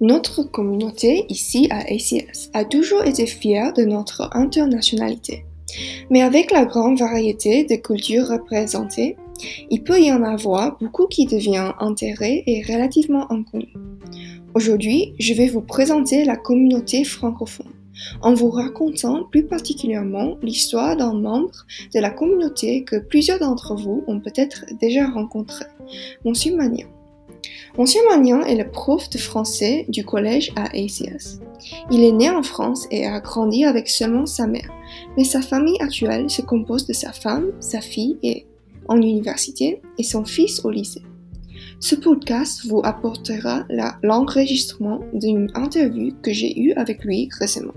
Notre communauté ici à ACS a toujours été fière de notre internationalité. Mais avec la grande variété de cultures représentées, il peut y en avoir beaucoup qui deviennent enterrés et relativement inconnus. Aujourd'hui, je vais vous présenter la communauté francophone, en vous racontant plus particulièrement l'histoire d'un membre de la communauté que plusieurs d'entre vous ont peut-être déjà rencontré, Monsieur Magnan. Monsieur Magnan est le prof de français du collège à ACS. Il est né en France et a grandi avec seulement sa mère, mais sa famille actuelle se compose de sa femme, sa fille en université et son fils au lycée. Ce podcast vous apportera l'enregistrement d'une interview que j'ai eue avec lui récemment.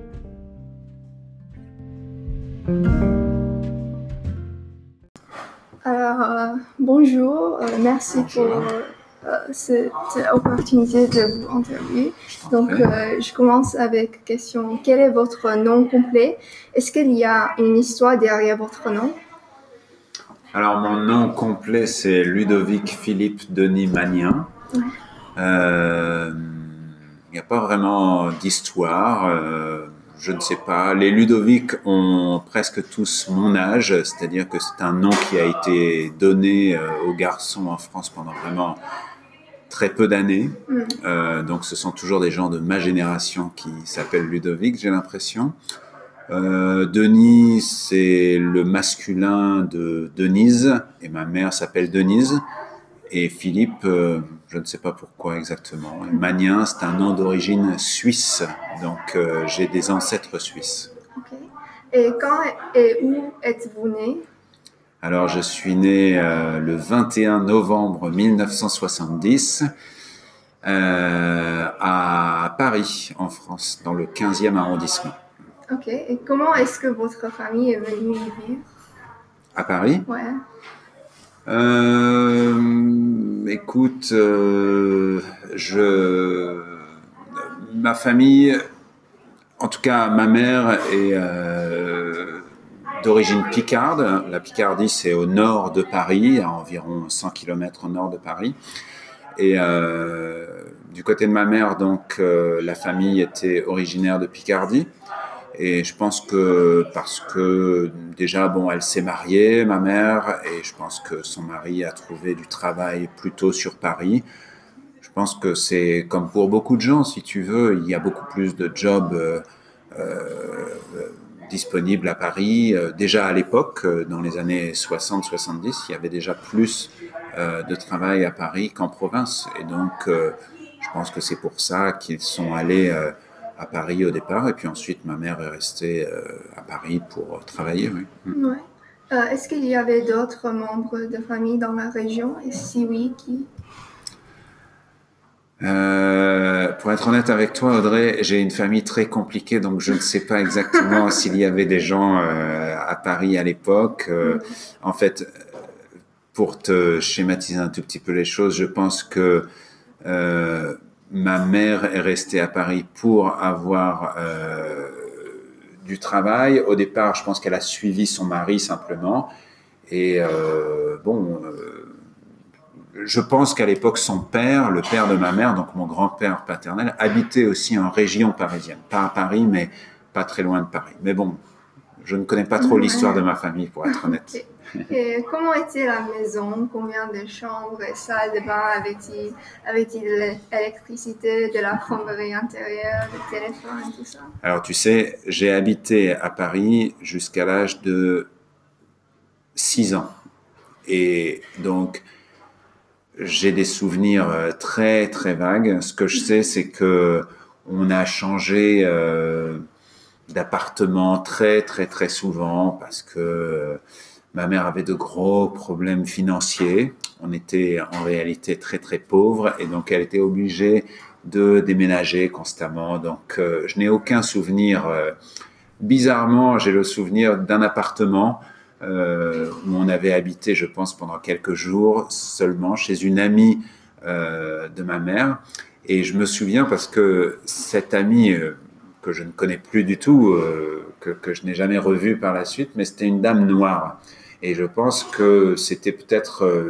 Alors, bonjour, merci pour cette opportunité de vous interviewer. Donc, je commence avec la question, quel est votre nom complet? Est-ce qu'il y a une histoire derrière votre nom? Alors, mon nom complet, c'est Ludovic Philippe Denis Magnan. Il n'y a pas vraiment d'histoire, je ne sais pas. Les Ludovic ont presque tous mon âge, c'est-à-dire que c'est un nom qui a été donné aux garçons en France pendant vraiment très peu d'années. Donc, ce sont toujours des gens de ma génération qui s'appellent Ludovic, j'ai l'impression. Denis, c'est le masculin de Denise, et ma mère s'appelle Denise. Et Philippe, je ne sais pas pourquoi exactement. Magnan, c'est un nom d'origine suisse, donc j'ai des ancêtres suisses. Okay. Et quand et où êtes-vous né? Alors, je suis né le 21 novembre 1970 à Paris, en France, dans le 15e arrondissement. Ok, et comment est-ce que votre famille est venue vivre? À Paris? Ouais. Écoute, ma famille, en tout cas ma mère est d'origine picarde. La Picardie, c'est au nord de Paris, à environ 100 km au nord de Paris. Et du côté de ma mère, donc, la famille était originaire de Picardie. Et je pense que parce que déjà, bon, elle s'est mariée, ma mère, et je pense que son mari a trouvé du travail plutôt sur Paris. Je pense que c'est comme pour beaucoup de gens, si tu veux, il y a beaucoup plus de jobs disponibles à Paris. Déjà à l'époque, dans les années 60-70, il y avait déjà plus de travail à Paris qu'en province. Et donc, je pense que c'est pour ça qu'ils sont allés à Paris au départ, et puis ensuite ma mère est restée à Paris pour travailler. Oui. Ouais. Est-ce qu'il y avait d'autres membres de famille dans la région? Et si oui, qui? Pour être honnête avec toi, Audrey, j'ai une famille très compliquée, donc je ne sais pas exactement s'il y avait des gens à Paris à l'époque. En fait, pour te schématiser un tout petit peu les choses, je pense que ma mère est restée à Paris pour avoir du travail. Au départ, je pense qu'elle a suivi son mari simplement. Et je pense qu'à l'époque, son père, le père de ma mère, donc mon grand-père paternel, habitait aussi en région parisienne. Pas à Paris, mais pas très loin de Paris. Mais bon, je ne connais pas trop l'histoire de ma famille, pour être honnête. Okay. Et comment était la maison? Combien de chambres et salles de bain avait-il l'électricité, de la plomberie intérieure, le téléphone, tout ça? Alors, tu sais, j'ai habité à Paris jusqu'à l'âge de 6 ans. Et donc, j'ai des souvenirs très, très vagues. Ce que je sais, c'est que on a changé d'appartement très, très, très souvent parce que ma mère avait de gros problèmes financiers. On était en réalité très, très pauvres et donc elle était obligée de déménager constamment. Donc, je n'ai aucun souvenir. Bizarrement, j'ai le souvenir d'un appartement où on avait habité, je pense, pendant quelques jours seulement chez une amie de ma mère. Et je me souviens parce que cette amie que je ne connais plus du tout, que je n'ai jamais revue par la suite, mais c'était une dame noire. Et je pense que c'était peut-être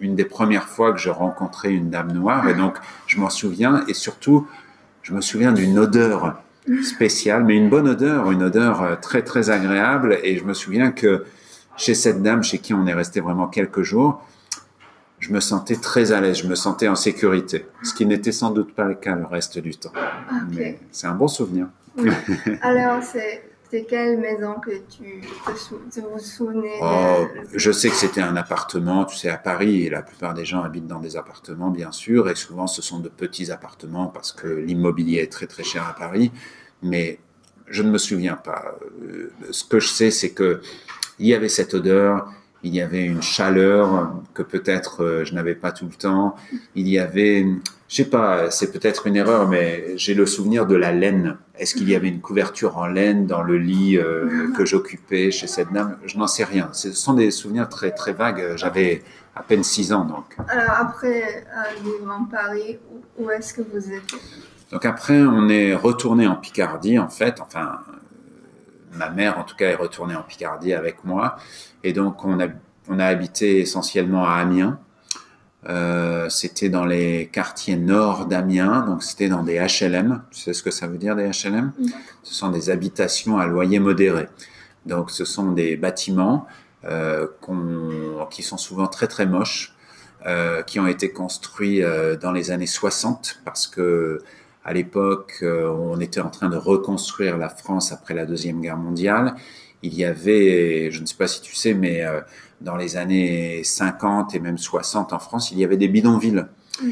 une des premières fois que je rencontrais une dame noire. Et donc, je m'en souviens. Et surtout, je me souviens d'une odeur spéciale, mais une bonne odeur, une odeur très, très agréable. Et je me souviens que chez cette dame, chez qui on est resté vraiment quelques jours, je me sentais très à l'aise, je me sentais en sécurité, ce qui n'était sans doute pas le cas le reste du temps. Ok. Mais c'est un bon souvenir. Oui. Alors, c'est quelle maison que tu vous souvenez Oh, je sais que c'était un appartement, tu sais, à Paris, et la plupart des gens habitent dans des appartements, bien sûr, et souvent ce sont de petits appartements parce que l'immobilier est très très cher à Paris, mais je ne me souviens pas. Ce que je sais, c'est que il y avait cette odeur, il y avait une chaleur que peut-être je n'avais pas tout le temps. Il y avait, je sais pas, c'est peut-être une erreur, mais j'ai le souvenir de la laine. Est-ce qu'il y avait une couverture en laine dans le lit que j'occupais chez cette dame? Je n'en sais rien. Ce sont des souvenirs très très vagues. J'avais à peine 6 ans, donc. Alors, après vivre en Paris, où est-ce que vous étiez? Donc après, on est retourné en Picardie, en fait. Enfin, ma mère, en tout cas, est retournée en Picardie avec moi. Et donc, on a habité essentiellement à Amiens. C'était dans les quartiers nord d'Amiens, donc c'était dans des HLM. Tu sais ce que ça veut dire, des HLM? Ce sont des habitations à loyer modéré. Donc, ce sont des bâtiments qui sont souvent très, très moches, qui ont été construits dans les années 60 parce que à l'époque, on était en train de reconstruire la France après la Deuxième Guerre mondiale. Il y avait, je ne sais pas si tu sais, mais dans les années 50 et même 60 en France, il y avait des bidonvilles.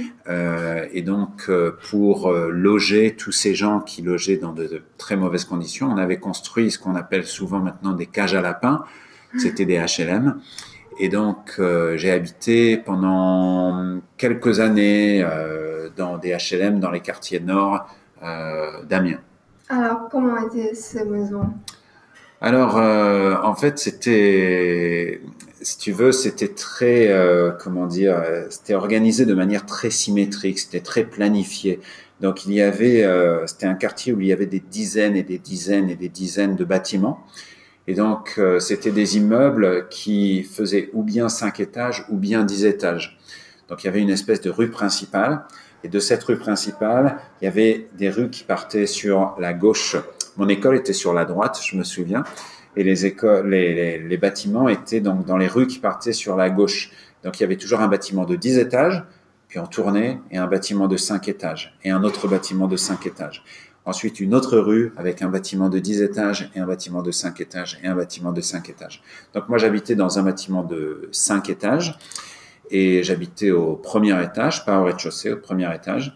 Et donc, pour loger tous ces gens qui logeaient dans de très mauvaises conditions, on avait construit ce qu'on appelle souvent maintenant des cages à lapins. C'était des HLM. Et donc, j'ai habité pendant quelques années dans des HLM dans les quartiers nord d'Amiens. Alors, comment étaient ces maisons? Alors, en fait, c'était, si tu veux, c'était très, comment dire, c'était organisé de manière très symétrique, c'était très planifié. Donc, il y avait, c'était un quartier où il y avait des dizaines et des dizaines et des dizaines de bâtiments. Et donc, c'était des immeubles qui faisaient ou bien 5 étages ou bien 10 étages. Donc, il y avait une espèce de rue principale. Et de cette rue principale, il y avait des rues qui partaient sur la gauche. Mon école était sur la droite, je me souviens. Et les bâtiments étaient donc dans les rues qui partaient sur la gauche. Donc, il y avait toujours un bâtiment de 10 étages, puis on tournait, et un bâtiment de 5 étages, et un autre bâtiment de 5 étages. Ensuite, une autre rue avec un bâtiment de 10 étages et un bâtiment de 5 étages et un bâtiment de 5 étages. Donc moi, j'habitais dans un bâtiment de 5 étages et j'habitais au premier étage, pas au rez-de-chaussée, au premier étage.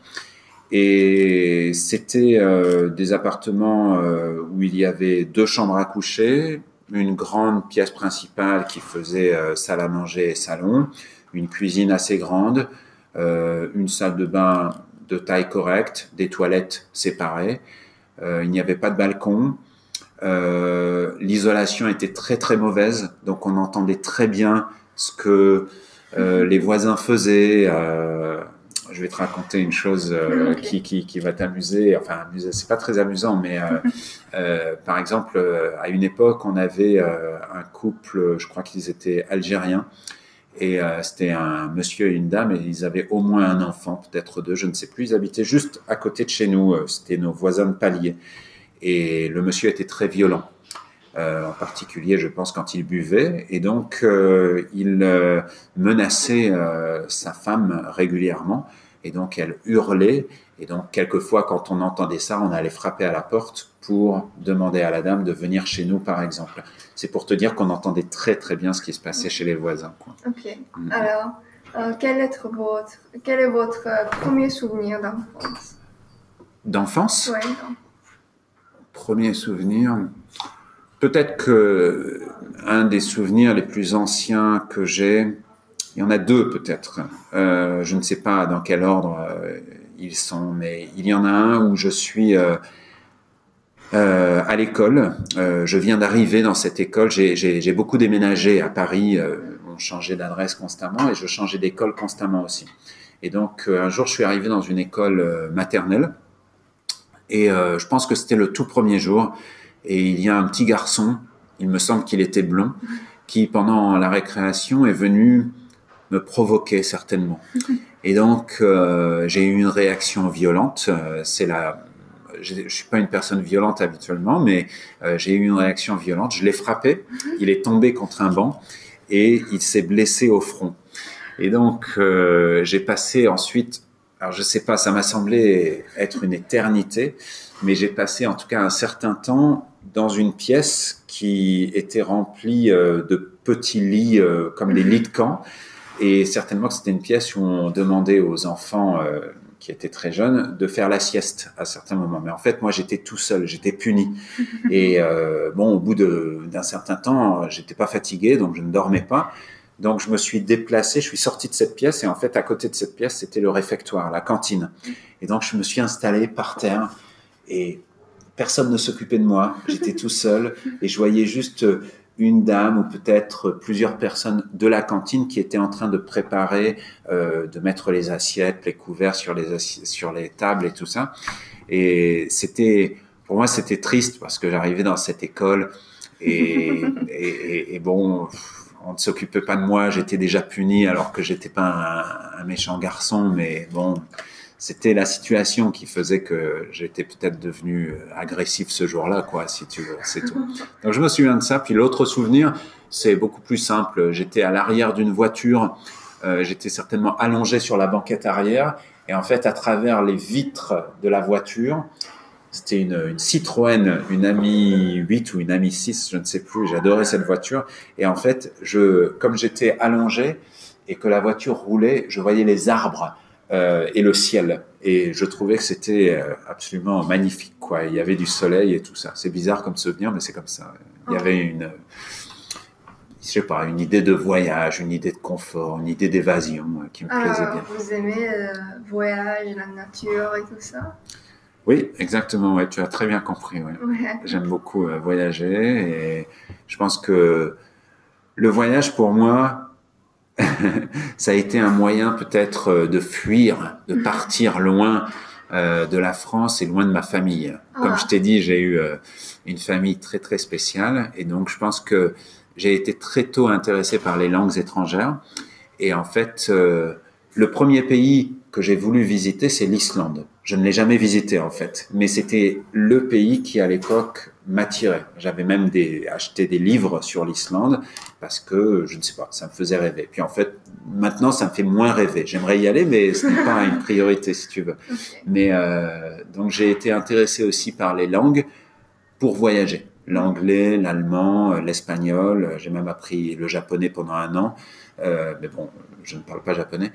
Et c'était des appartements où il y avait 2 chambres à coucher, une grande pièce principale qui faisait salle à manger et salon, une cuisine assez grande, une salle de bain de taille correcte, des toilettes séparées. Il n'y avait pas de balcon. L'isolation était très très mauvaise, donc on entendait très bien ce que les voisins faisaient. Je vais te raconter une chose qui va t'amuser. Enfin, c'est pas très amusant, mais par exemple, à une époque, on avait un couple, je crois qu'ils étaient algériens. Et c'était un monsieur et une dame, et ils avaient au moins un enfant, peut-être 2, je ne sais plus. Ils habitaient juste à côté de chez nous, c'était nos voisins de palier. Et le monsieur était très violent, en particulier, je pense, quand il buvait. Et donc, il menaçait sa femme régulièrement. Et donc, elle hurlait. Et donc, quelquefois, quand on entendait ça, on allait frapper à la porte pour demander à la dame de venir chez nous, par exemple. C'est pour te dire qu'on entendait très, très bien ce qui se passait chez les voisins, quoi. Ok. Alors, quel est votre premier souvenir d'enfance? D'enfance? Ouais, Premier souvenir. Peut-être que un des souvenirs les plus anciens que j'ai, il y en a 2 peut-être. Je ne sais pas dans quel ordre ils sont, mais il y en a un où je suis à l'école. Je viens d'arriver dans cette école. J'ai beaucoup déménagé à Paris. On changeait d'adresse constamment et je changeais d'école constamment aussi. Et donc un jour, je suis arrivé dans une école maternelle et je pense que c'était le tout premier jour. Et il y a un petit garçon, il me semble qu'il était blond, qui pendant la récréation est venu me provoquait certainement. Et donc, j'ai eu une réaction violente. Je suis pas une personne violente habituellement, mais j'ai eu une réaction violente. Je l'ai frappé. Il est tombé contre un banc et il s'est blessé au front. Et donc, j'ai passé ensuite, alors je sais pas, ça m'a semblé être une éternité, mais j'ai passé en tout cas un certain temps dans une pièce qui était remplie de petits lits, comme des lits de camp. Et certainement que c'était une pièce où on demandait aux enfants qui étaient très jeunes de faire la sieste à certains moments. Mais en fait, moi, j'étais tout seul, j'étais puni. Et bon, au bout d'un certain temps, j'étais pas fatigué, donc je ne dormais pas. Donc, je me suis déplacé, je suis sorti de cette pièce et en fait, à côté de cette pièce, c'était le réfectoire, la cantine. Et donc, je me suis installé par terre et personne ne s'occupait de moi. J'étais tout seul et je voyais juste une dame ou peut-être plusieurs personnes de la cantine qui étaient en train de préparer, de mettre les assiettes, les couverts sur les tables et tout ça. Et pour moi, c'était triste parce que j'arrivais dans cette école et bon, on ne s'occupait pas de moi. J'étais déjà puni alors que j'étais pas un méchant garçon, mais bon, c'était la situation qui faisait que j'étais peut-être devenu agressif ce jour-là, quoi, si tu veux, c'est tout. Donc je me souviens de ça. Puis l'autre souvenir, c'est beaucoup plus simple. J'étais à l'arrière d'une voiture, j'étais certainement allongé sur la banquette arrière, et en fait, à travers les vitres de la voiture, c'était une Citroën, une Ami 8 ou une Ami 6, je ne sais plus, j'adorais cette voiture. Et en fait, comme j'étais allongé et que la voiture roulait, je voyais les arbres et le ciel. Et je trouvais que c'était absolument magnifique, quoi. Il y avait du soleil et tout ça. C'est bizarre comme souvenir, mais c'est comme ça. Il y avait je sais pas, une idée de voyage, une idée de confort, une idée d'évasion qui me plaisait bien. Vous aimez voyage, la nature et tout ça? Oui, exactement. Ouais, tu as très bien compris. Ouais. Ouais. J'aime beaucoup voyager et je pense que le voyage pour moi, ça a été un moyen peut-être de fuir, de partir loin de la France et loin de ma famille. Comme je t'ai dit, j'ai eu une famille très très spéciale et donc je pense que j'ai été très tôt intéressé par les langues étrangères et en fait le premier pays que j'ai voulu visiter, c'est l'Islande. Je ne l'ai jamais visité en fait, mais c'était le pays qui à l'époque m'attirait. J'avais même acheté des livres sur l'Islande parce que, je ne sais pas, ça me faisait rêver. Puis en fait, maintenant, ça me fait moins rêver. J'aimerais y aller, mais ce n'est pas une priorité si tu veux. Okay. Mais donc j'ai été intéressé aussi par les langues pour voyager. L'anglais, l'allemand, l'espagnol. J'ai même appris le japonais pendant 1 an. Mais bon, je ne parle pas japonais.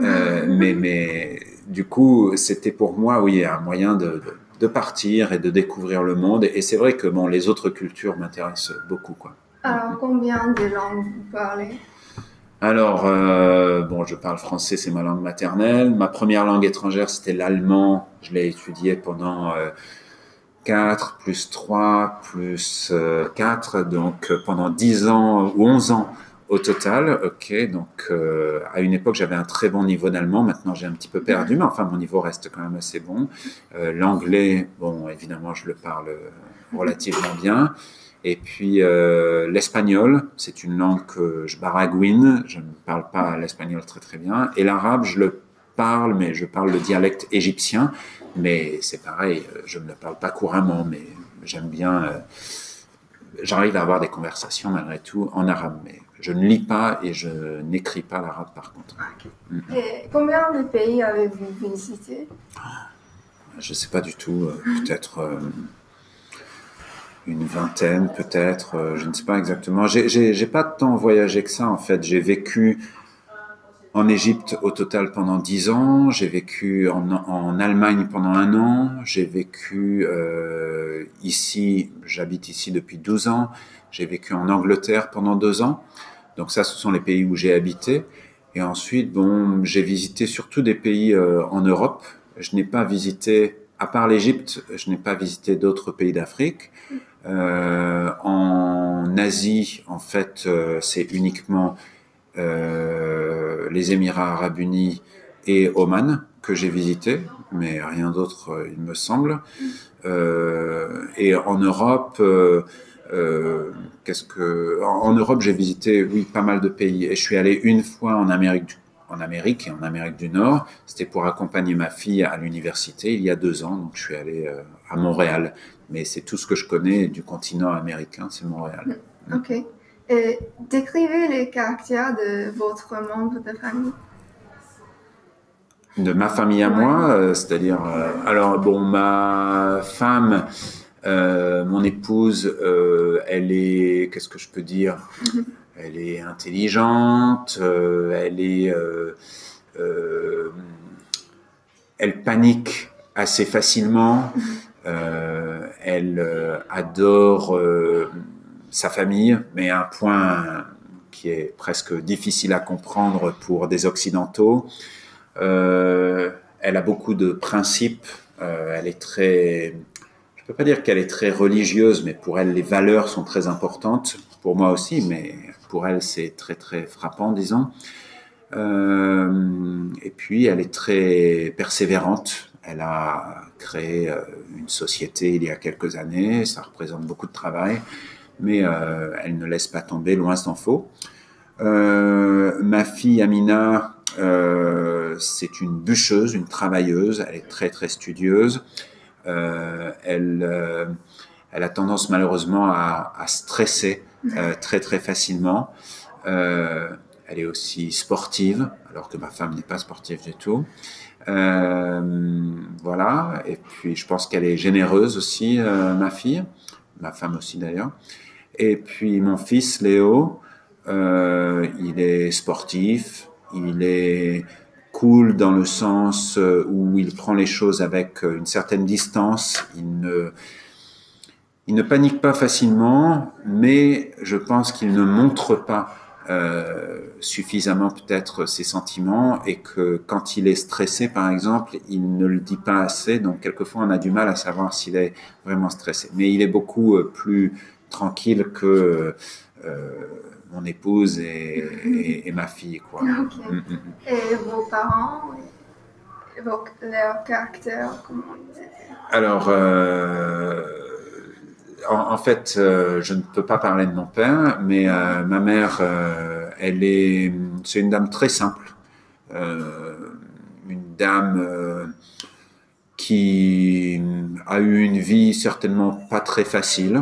Mais du coup, c'était pour moi, oui, un moyen de partir et de découvrir le monde. Et c'est vrai que bon, les autres cultures m'intéressent beaucoup, quoi. Alors, combien de langues vous parlez? Alors, bon, je parle français, c'est ma langue maternelle. Ma première langue étrangère, c'était l'allemand. Je l'ai étudié pendant 4 plus 3 plus 4, donc pendant 10 ans ou 11 ans au total. Ok, donc à une époque, j'avais un très bon niveau d'allemand. Maintenant, j'ai un petit peu perdu, mais enfin, mon niveau reste quand même assez bon. L'anglais, bon, évidemment, je le parle relativement bien. Et puis l'espagnol, c'est une langue que je baragouine. Je ne parle pas l'espagnol très très bien. Et l'arabe, je le parle, mais je parle le dialecte égyptien. Mais c'est pareil, je ne le parle pas couramment, mais j'aime bien. J'arrive à avoir des conversations malgré tout en arabe, mais je ne lis pas et je n'écris pas l'arabe par contre. Okay. Et combien de pays avez-vous visité? Je ne sais pas du tout, peut-être une vingtaine, peut-être, je ne sais pas exactement. J'ai pas tant voyagé que ça en fait. J'ai vécu en Égypte au total pendant 10 ans, j'ai vécu en Allemagne pendant 1 an, j'ai vécu ici, j'habite ici depuis 12 ans, j'ai vécu en Angleterre pendant 2 ans, donc ça ce sont les pays où j'ai habité, et ensuite bon, j'ai visité surtout des pays en Europe, je n'ai pas visité, à part l'Égypte, je n'ai pas visité d'autres pays d'Afrique. En Asie, en fait, c'est uniquement les Émirats Arabes Unis et Oman que j'ai visité, mais rien d'autre, il me semble. Et en Europe, en Europe, j'ai visité, oui, pas mal de pays. Et je suis allé une fois en Amérique et en Amérique du Nord. C'était pour accompagner ma fille à l'université il y a 2 ans. Donc, je suis allé à Montréal. Mais c'est tout ce que je connais du continent américain, c'est Montréal. Ok. Et décrivez les caractères de votre membre de famille. De ma famille à moi, c'est-à-dire, alors bon, ma femme, mon épouse, elle est, qu'est-ce que je peux dire? Elle est intelligente, elle panique assez facilement, elle adore sa famille, mais à un point qui est presque difficile à comprendre pour des Occidentaux. Elle a beaucoup de principes. Elle est très, je peux pas dire qu'elle est très religieuse, mais pour elle, les valeurs sont très importantes. Pour moi aussi, mais pour elle, c'est très très frappant, disons. Et puis, elle est très persévérante. Elle a créé une société il y a quelques années. Ça représente beaucoup de travail, mais elle ne laisse pas tomber, loin s'en faut. Ma fille Amina, c'est une bûcheuse, une travailleuse. Elle est très très studieuse. Elle a tendance malheureusement à stresser très très facilement. Elle est aussi sportive, alors que ma femme n'est pas sportive du tout. Voilà. Et puis je pense qu'elle est généreuse aussi, ma fille, ma femme aussi d'ailleurs. Et puis mon fils Léo, il est sportif, il est cool dans le sens où il prend les choses avec une certaine distance. Il ne panique pas facilement, mais je pense qu'il ne montre pas suffisamment peut-être ses sentiments, et que quand il est stressé, par exemple, il ne le dit pas assez. Donc quelquefois, on a du mal à savoir s'il est vraiment stressé. Mais il est beaucoup plus tranquille que mon épouse et ma fille, quoi. Okay. Et vos parents, leur caractère, comment ils étaient? Alors, en fait, je ne peux pas parler de mon père, mais ma mère, c'est une dame très simple, une dame qui a eu une vie certainement pas très facile.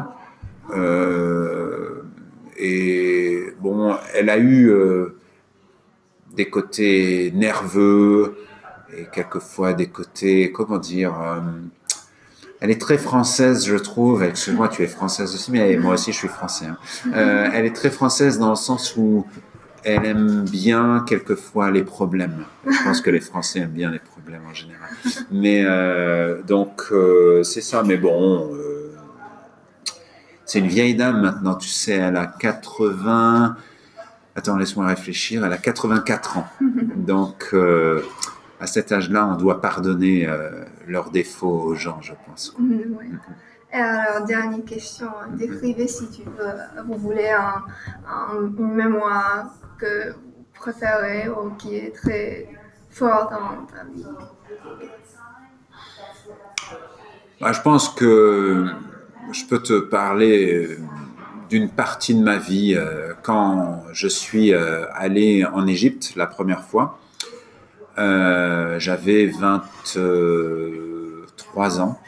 Et bon, elle a eu des côtés nerveux et quelquefois des côtés, comment dire, elle est très française, je trouve. Excuse-moi, tu es française aussi, mais moi aussi je suis français. Hein. Elle est très française dans le sens où elle aime bien quelquefois les problèmes. Je pense que les Français aiment bien les problèmes en général. Mais donc c'est ça. Mais bon, c'est une vieille dame maintenant. Tu sais, elle a 80. Attends, laisse-moi réfléchir. Elle a 84 ans. Donc à cet âge-là, on doit pardonner leurs défauts aux gens, je pense. Ouais. Et alors, dernière question. Décrivez, si vous voulez, une mémoire que vous préférez ou qui est très forte dans ta vie. Bah, je pense que je peux te parler d'une partie de ma vie quand je suis allé en Égypte la première fois. J'avais 23 ans.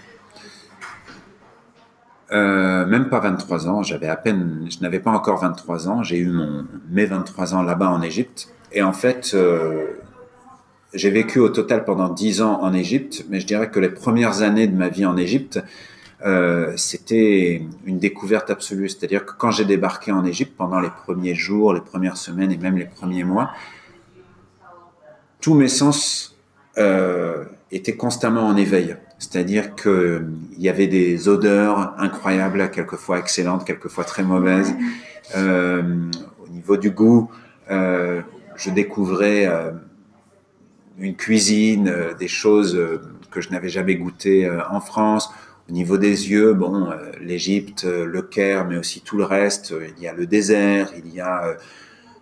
Même pas 23 ans, je n'avais pas encore 23 ans, j'ai eu mes 23 ans là-bas en Égypte. Et en fait, j'ai vécu au total pendant 10 ans en Égypte, mais je dirais que les premières années de ma vie en Égypte, c'était une découverte absolue. C'est-à-dire que quand j'ai débarqué en Égypte, pendant les premiers jours, les premières semaines et même les premiers mois, tous mes sens étaient constamment en éveil. C'est-à-dire qu'il y avait des odeurs incroyables, quelquefois excellentes, quelquefois très mauvaises. Au niveau du goût, je découvrais une cuisine, des choses que je n'avais jamais goûtées en France. Au niveau des yeux, bon, l'Égypte, le Caire, mais aussi tout le reste. Il y a le désert, il y a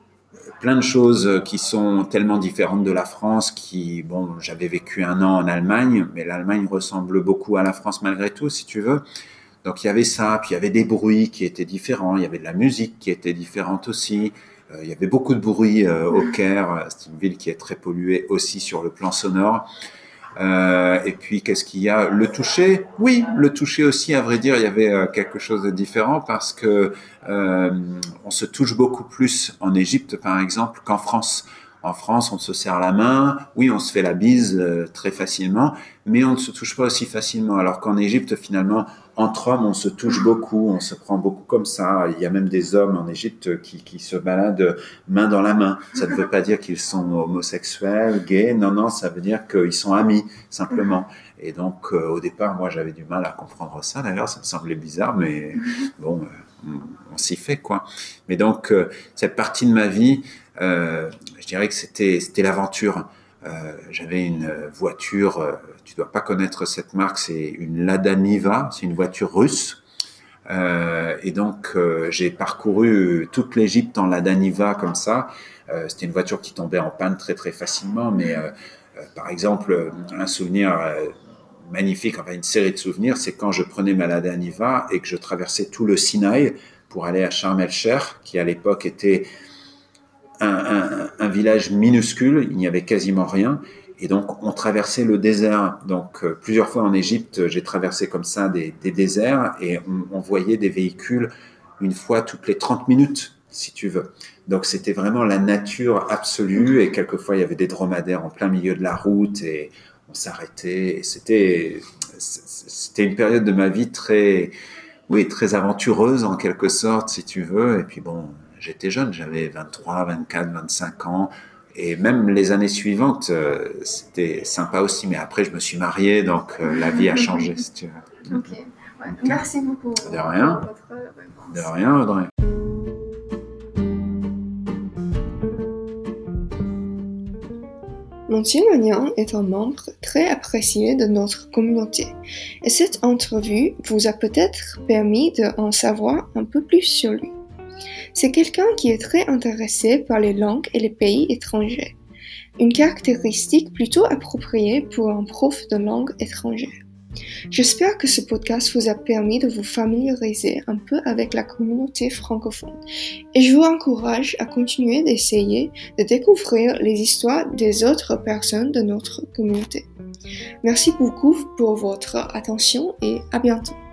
plein de choses qui sont tellement différentes de la France bon, j'avais vécu 1 an en Allemagne, mais l'Allemagne ressemble beaucoup à la France malgré tout, si tu veux. Donc il y avait ça, puis il y avait des bruits qui étaient différents, il y avait de la musique qui était différente aussi. Il y avait beaucoup de bruit au Caire, c'est une ville qui est très polluée aussi sur le plan sonore. Et puis qu'est-ce qu'il y a? Le toucher, oui, le toucher aussi, à vrai dire, il y avait quelque chose de différent parce que on se touche beaucoup plus en Égypte, par exemple, qu'en France. En France, on se serre la main, oui, on se fait la bise très facilement, mais on ne se touche pas aussi facilement. Alors qu'en Égypte, finalement, entre hommes, on se touche beaucoup, on se prend beaucoup comme ça. Il y a même des hommes en Égypte qui se baladent main dans la main. Ça ne veut pas dire qu'ils sont homosexuels, gays, non, ça veut dire qu'ils sont amis, simplement. Et donc, au départ, moi, j'avais du mal à comprendre ça. D'ailleurs, ça me semblait bizarre, mais bon, on s'y fait, quoi. Mais donc, cette partie de ma vie, je dirais que c'était l'aventure. J'avais une voiture, tu dois pas connaître cette marque, c'est une Lada Niva, c'est une voiture russe. Et donc j'ai parcouru toute l'Égypte en Lada Niva comme ça. C'était une voiture qui tombait en panne très très facilement, mais par exemple un souvenir magnifique, enfin une série de souvenirs, c'est quand je prenais ma Lada Niva et que je traversais tout le Sinaï pour aller à Sharm el-Sheikh, qui à l'époque était un village minuscule, il n'y avait quasiment rien, et donc on traversait le désert. Donc plusieurs fois en Égypte, j'ai traversé comme ça des déserts, et on voyait des véhicules une fois toutes les 30 minutes, si tu veux. Donc c'était vraiment la nature absolue, et quelquefois il y avait des dromadaires en plein milieu de la route, et on s'arrêtait, et c'était une période de ma vie très aventureuse en quelque sorte, si tu veux. Et puis bon, j'étais jeune, j'avais 23, 24, 25 ans. Et même les années suivantes, c'était sympa aussi. Mais après, je me suis marié, donc la vie a changé, si tu veux. Ok. Ouais. Merci beaucoup. De rien. Pour votre réponse. De rien, Audrey. Monsieur Magnan est un membre très apprécié de notre communauté, et cette entrevue vous a peut-être permis d'en savoir un peu plus sur lui. C'est quelqu'un qui est très intéressé par les langues et les pays étrangers, une caractéristique plutôt appropriée pour un prof de langue étrangère. J'espère que ce podcast vous a permis de vous familiariser un peu avec la communauté francophone, et je vous encourage à continuer d'essayer de découvrir les histoires des autres personnes de notre communauté. Merci beaucoup pour votre attention et à bientôt.